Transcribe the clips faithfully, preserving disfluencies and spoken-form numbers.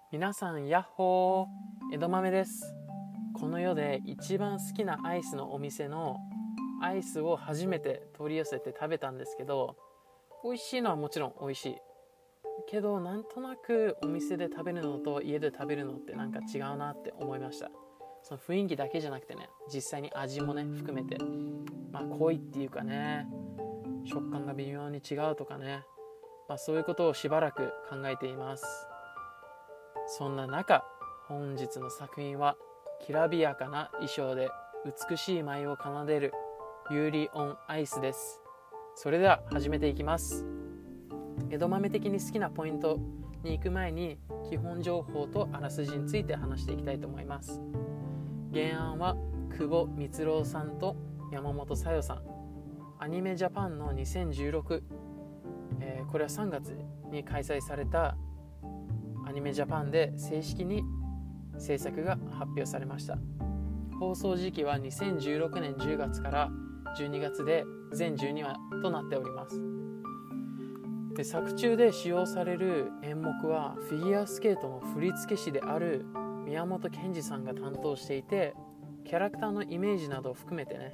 皆さんヤッホー、江戸豆です。この世で一番好きなアイスのお店のアイスを初めて取り寄せて食べたんですけど、美味しいのはもちろん美味しいけど、なんとなくお店で食べるのと家で食べるのってなんか違うなって思いました。その雰囲気だけじゃなくてね、実際に味もね含めて、まあ濃いっていうかね、食感が微妙に違うとかね、まあ、そういうことをしばらく考えています。そんな中、本日の作品はきらびやかな衣装で美しい舞を奏でるユーリオンアイスです。それでは始めていきます。江戸豆的に好きなポイントに行く前に、基本情報とあらすじについて話していきたいと思います。原案は久保光郎さんと山本小夜さん。アニメジャパンのにせんじゅうろく、えー、これはさんがつに開催されたアニメジャパンで正式に制作が発表されました。放送時期はにせんじゅうろくねんじゅうがつからじゅうにがつで全じゅうにわとなっております。で、作中で使用される演目はフィギュアスケートの振付師である宮本賢二さんが担当していて、キャラクターのイメージなどを含めてね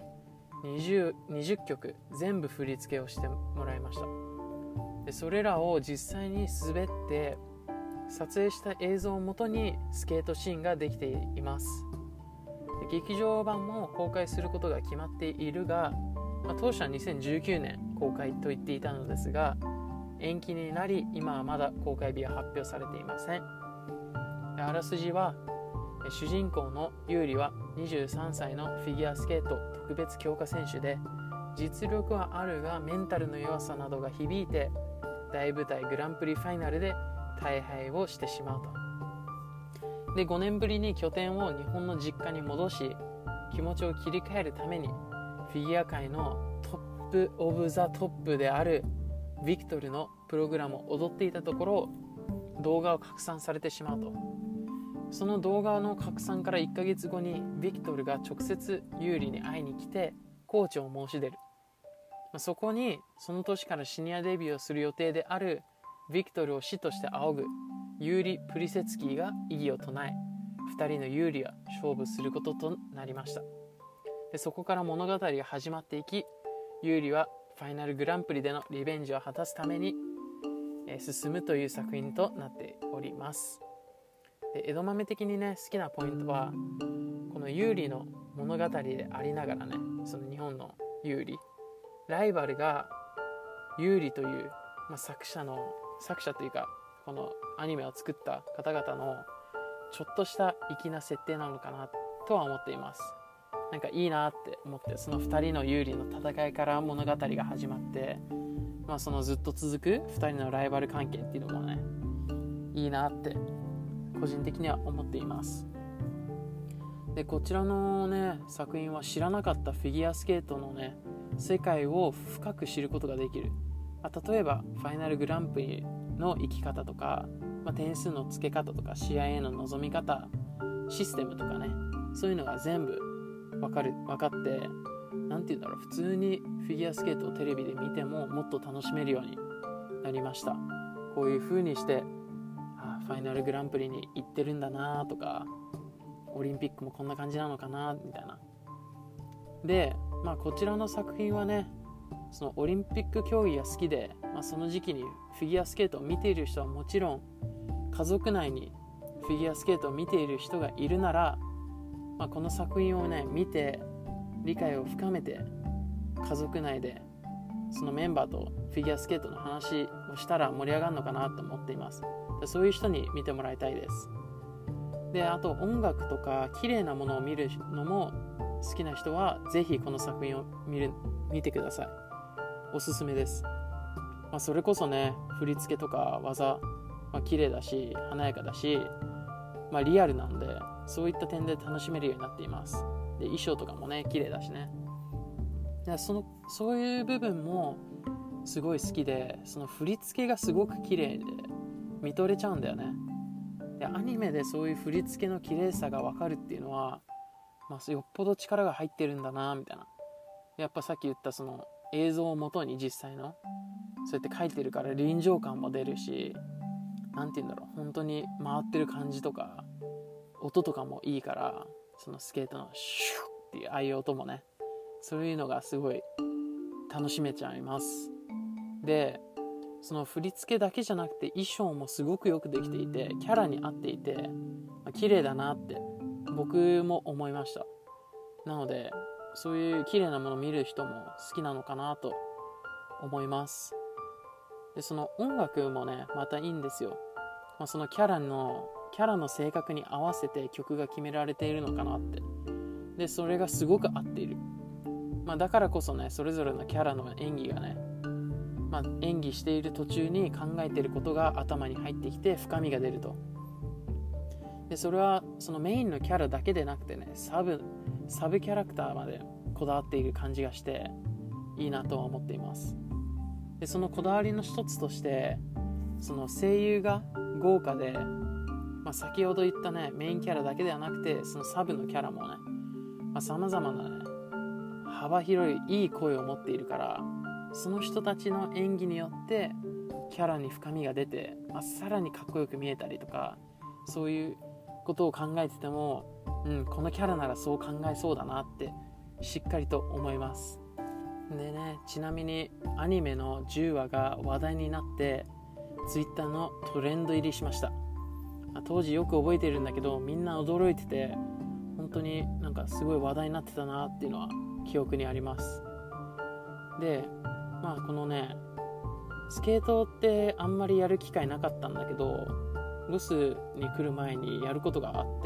20, 20曲全部振り付けをしてもらいました。で、それらを実際に滑って撮影した映像をもとにスケートシーンができています。劇場版も公開することが決まっているが、まあ、当初はにせんじゅうきゅうねん公開と言っていたのですが、延期になり今はまだ公開日は発表されていません。あらすじは、主人公の優里はにじゅうさんさいのフィギュアスケート特別強化選手で、実力はあるがメンタルの弱さなどが響いて、大舞台グランプリファイナルで大敗をしてしまうと。で、ごねんぶりに拠点を日本の実家に戻し、気持ちを切り替えるためにフィギュア界のトップオブザトップであるビクトルのプログラムを踊っていたところ、動画を拡散されてしまうと。その動画の拡散からいっかげつごにビクトルが直接優里に会いに来てコーチを申し出る。そこにその年からシニアデビューをする予定であるビクトルを師として仰ぐユーリ・プリセツキーが異議を唱え、ふたりのユーリは勝負することとなりました。で、そこから物語が始まっていき、ユーリはファイナルグランプリでのリベンジを果たすために、えー、進むという作品となっております。で、江戸豆的にね好きなポイントは、このユーリの物語でありながらね、その日本のユーリ、ライバルがユーリという、まあ、作者の作者というかこのアニメを作った方々のちょっとした粋な設定なのかなとは思っています。なんかいいなって思って、そのふたりの有利の戦いから物語が始まって、まあ、そのずっと続くふたりのライバル関係っていうのもねいいなって個人的には思っています。で、こちらのね作品は知らなかったフィギュアスケートのね世界を深く知ることができる。例えばファイナルグランプリの生き方とか、まあ、点数の付け方とか試合への臨み方、システムとかね、そういうのが全部分かる分かって、なんていうんだろう、普通にフィギュアスケートをテレビで見てももっと楽しめるようになりました。こういう風にしてあファイナルグランプリに行ってるんだなとか、オリンピックもこんな感じなのかなみたいな。で、まあ、こちらの作品はね、そのオリンピック競技が好きで、まあ、その時期にフィギュアスケートを見ている人はもちろん、家族内にフィギュアスケートを見ている人がいるなら、まあ、この作品をね見て理解を深めて、家族内でそのメンバーとフィギュアスケートの話をしたら盛り上がるのかなと思っています。で、そういう人に見てもらいたいです。で、あと音楽とか綺麗なものを見るのも好きな人はぜひこの作品を見る見てください。おすすめです。まあ、それこそね振り付けとか技、まあ、綺麗だし華やかだし、まあ、リアルなんで、そういった点で楽しめるようになっています。で、衣装とかもね綺麗だしね。で、そのそういう部分もすごい好きで、その振り付けがすごく綺麗で見とれちゃうんだよね。で、アニメでそういう振り付けの綺麗さが分かるっていうのは、まあ、よっぽど力が入ってるんだなみたいな。やっぱさっき言ったその映像をもとに実際のそうやって描いてるから臨場感も出るし、 なんていうんだろう、本当に回ってる感じとか音とかもいいから、そのスケートのシュッっていうああいう音もね、そういうのがすごい楽しめちゃいます。でその振り付けだけじゃなくて衣装もすごくよくできていて、キャラに合っていて、まあ、綺麗だなって僕も思いました。なのでそういう綺麗なものを見る人も好きなのかなと思います。でその音楽もねまたいいんですよ。まあ、そのキャラのキャラの性格に合わせて曲が決められているのかなって。でそれがすごく合っている。まあ、だからこそね、それぞれのキャラの演技がね、まあ、演技している途中に考えていることが頭に入ってきて深みが出ると。でそれはそのメインのキャラだけでなくてね、サブサブキャラクターまでこだわっている感じがしていいなとは思っています。でそのこだわりの一つとして、その声優が豪華で、まあ、先ほど言ったねメインキャラだけではなくて、そのサブのキャラもね、まあ、様々なね幅広いいい声を持っているから、その人たちの演技によってキャラに深みが出て、まあ、さらにかっこよく見えたりとか、そういうことを考えてても、うん、このキャラならそう考えそうだなってしっかりと思います。でね、ちなみにアニメのじゅうわが話題になってツイッターのトレンド入りしました。当時よく覚えているんだけど、みんな驚いてて、本当になんかすごい話題になってたなっていうのは記憶にあります。でまあこのねスケートってあんまりやる機会なかったんだけど、ロスに来る前にやることがあって、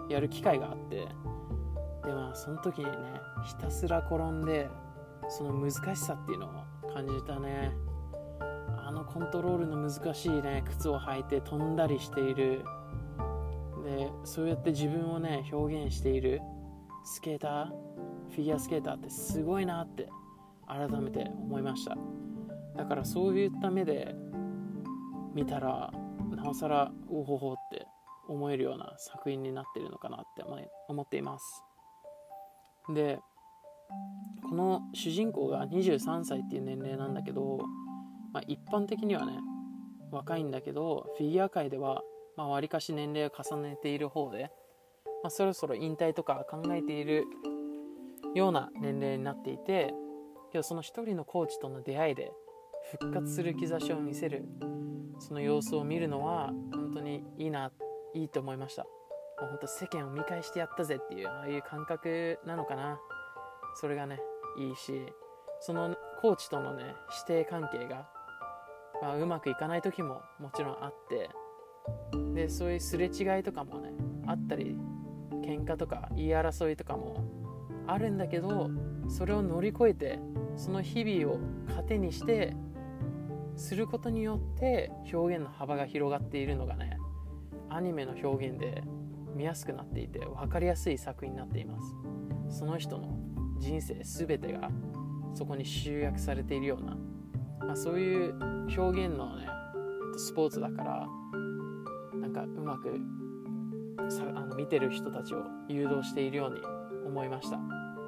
やる機会があって、でまあその時にねひたすら転んで、その難しさっていうのを感じたね。あのコントロールの難しいね靴を履いて飛んだりしている。でそうやって自分をね表現しているスケーター、フィギュアスケーターってすごいなって改めて思いました。だからそういった目で見たら、なおさらおほほって思えるような作品になっているのかなって思っています。でこの主人公がにじゅうさんさいっていう年齢なんだけど、まあ、一般的にはね若いんだけど、フィギュア界ではまあ割かし年齢を重ねている方で、まあ、そろそろ引退とか考えているような年齢になっていて、けどその一人のコーチとの出会いで復活する兆しを見せる、その様子を見るのは本当にいいないいと思いました。もう本当世間を見返してやったぜっていう、ああいう感覚なのかな。それがねいいし、そのコーチとのね師弟関係が、まあ、うまくいかない時ももちろんあって、でそういうすれ違いとかもねあったり、喧嘩とか言い争いとかもあるんだけど、それを乗り越えてその日々を糧にしてすることによって表現の幅が広がっているのがね、アニメの表現で見やすくなっていて分かりやすい作品になっています。その人の人生すべてがそこに集約されているような、まあ、そういう表現のねスポーツだから、なんかうまくさあの見てる人たちを誘導しているように思いました。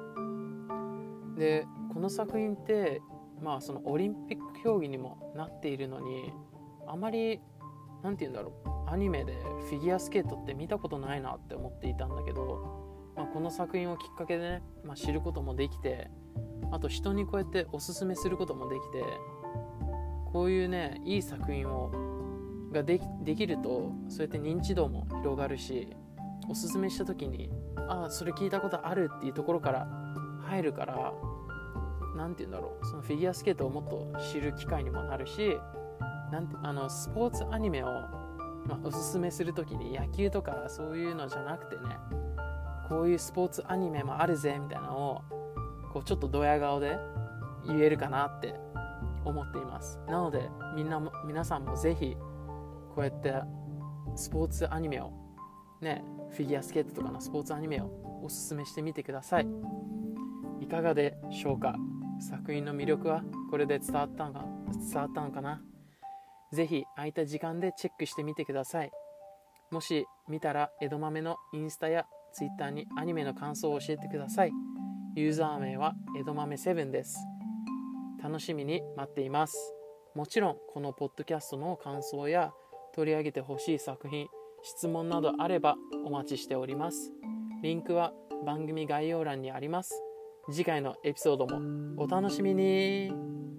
でこの作品ってまあそのオリンピック競技にもなっているのに、あまりなんて言うんだろう、アニメでフィギュアスケートって見たことないなって思っていたんだけど、まあ、この作品をきっかけでね、まあ、知ることもできて、あと人にこうやっておすすめすることもできて、こういうねいい作品をがで き, できるとそうやって認知度も広がるし、おすすめした時にああそれ聞いたことあるっていうところから入るから、なんて言うんだろう、そのフィギュアスケートをもっと知る機会にもなるし、なんてあのスポーツアニメを、まあ、おすすめする時に野球とかそういうのじゃなくてね、こういうスポーツアニメもあるぜみたいなのをこうちょっとドヤ顔で言えるかなって思っています。なのでみんなも皆さんもぜひこうやってスポーツアニメをね、フィギュアスケートとかのスポーツアニメをおすすめしてみてください。いかがでしょうか。作品の魅力はこれで伝わったのか伝わったのかな。ぜひ空いた時間でチェックしてみてください。もし見たら江戸豆のインスタやツイッターにアニメの感想を教えてください。ユーザー名は江戸豆セブンです。楽しみに待っています。もちろんこのポッドキャストの感想や取り上げてほしい作品、質問などあればお待ちしております。リンクは番組概要欄にあります。次回のエピソードもお楽しみに。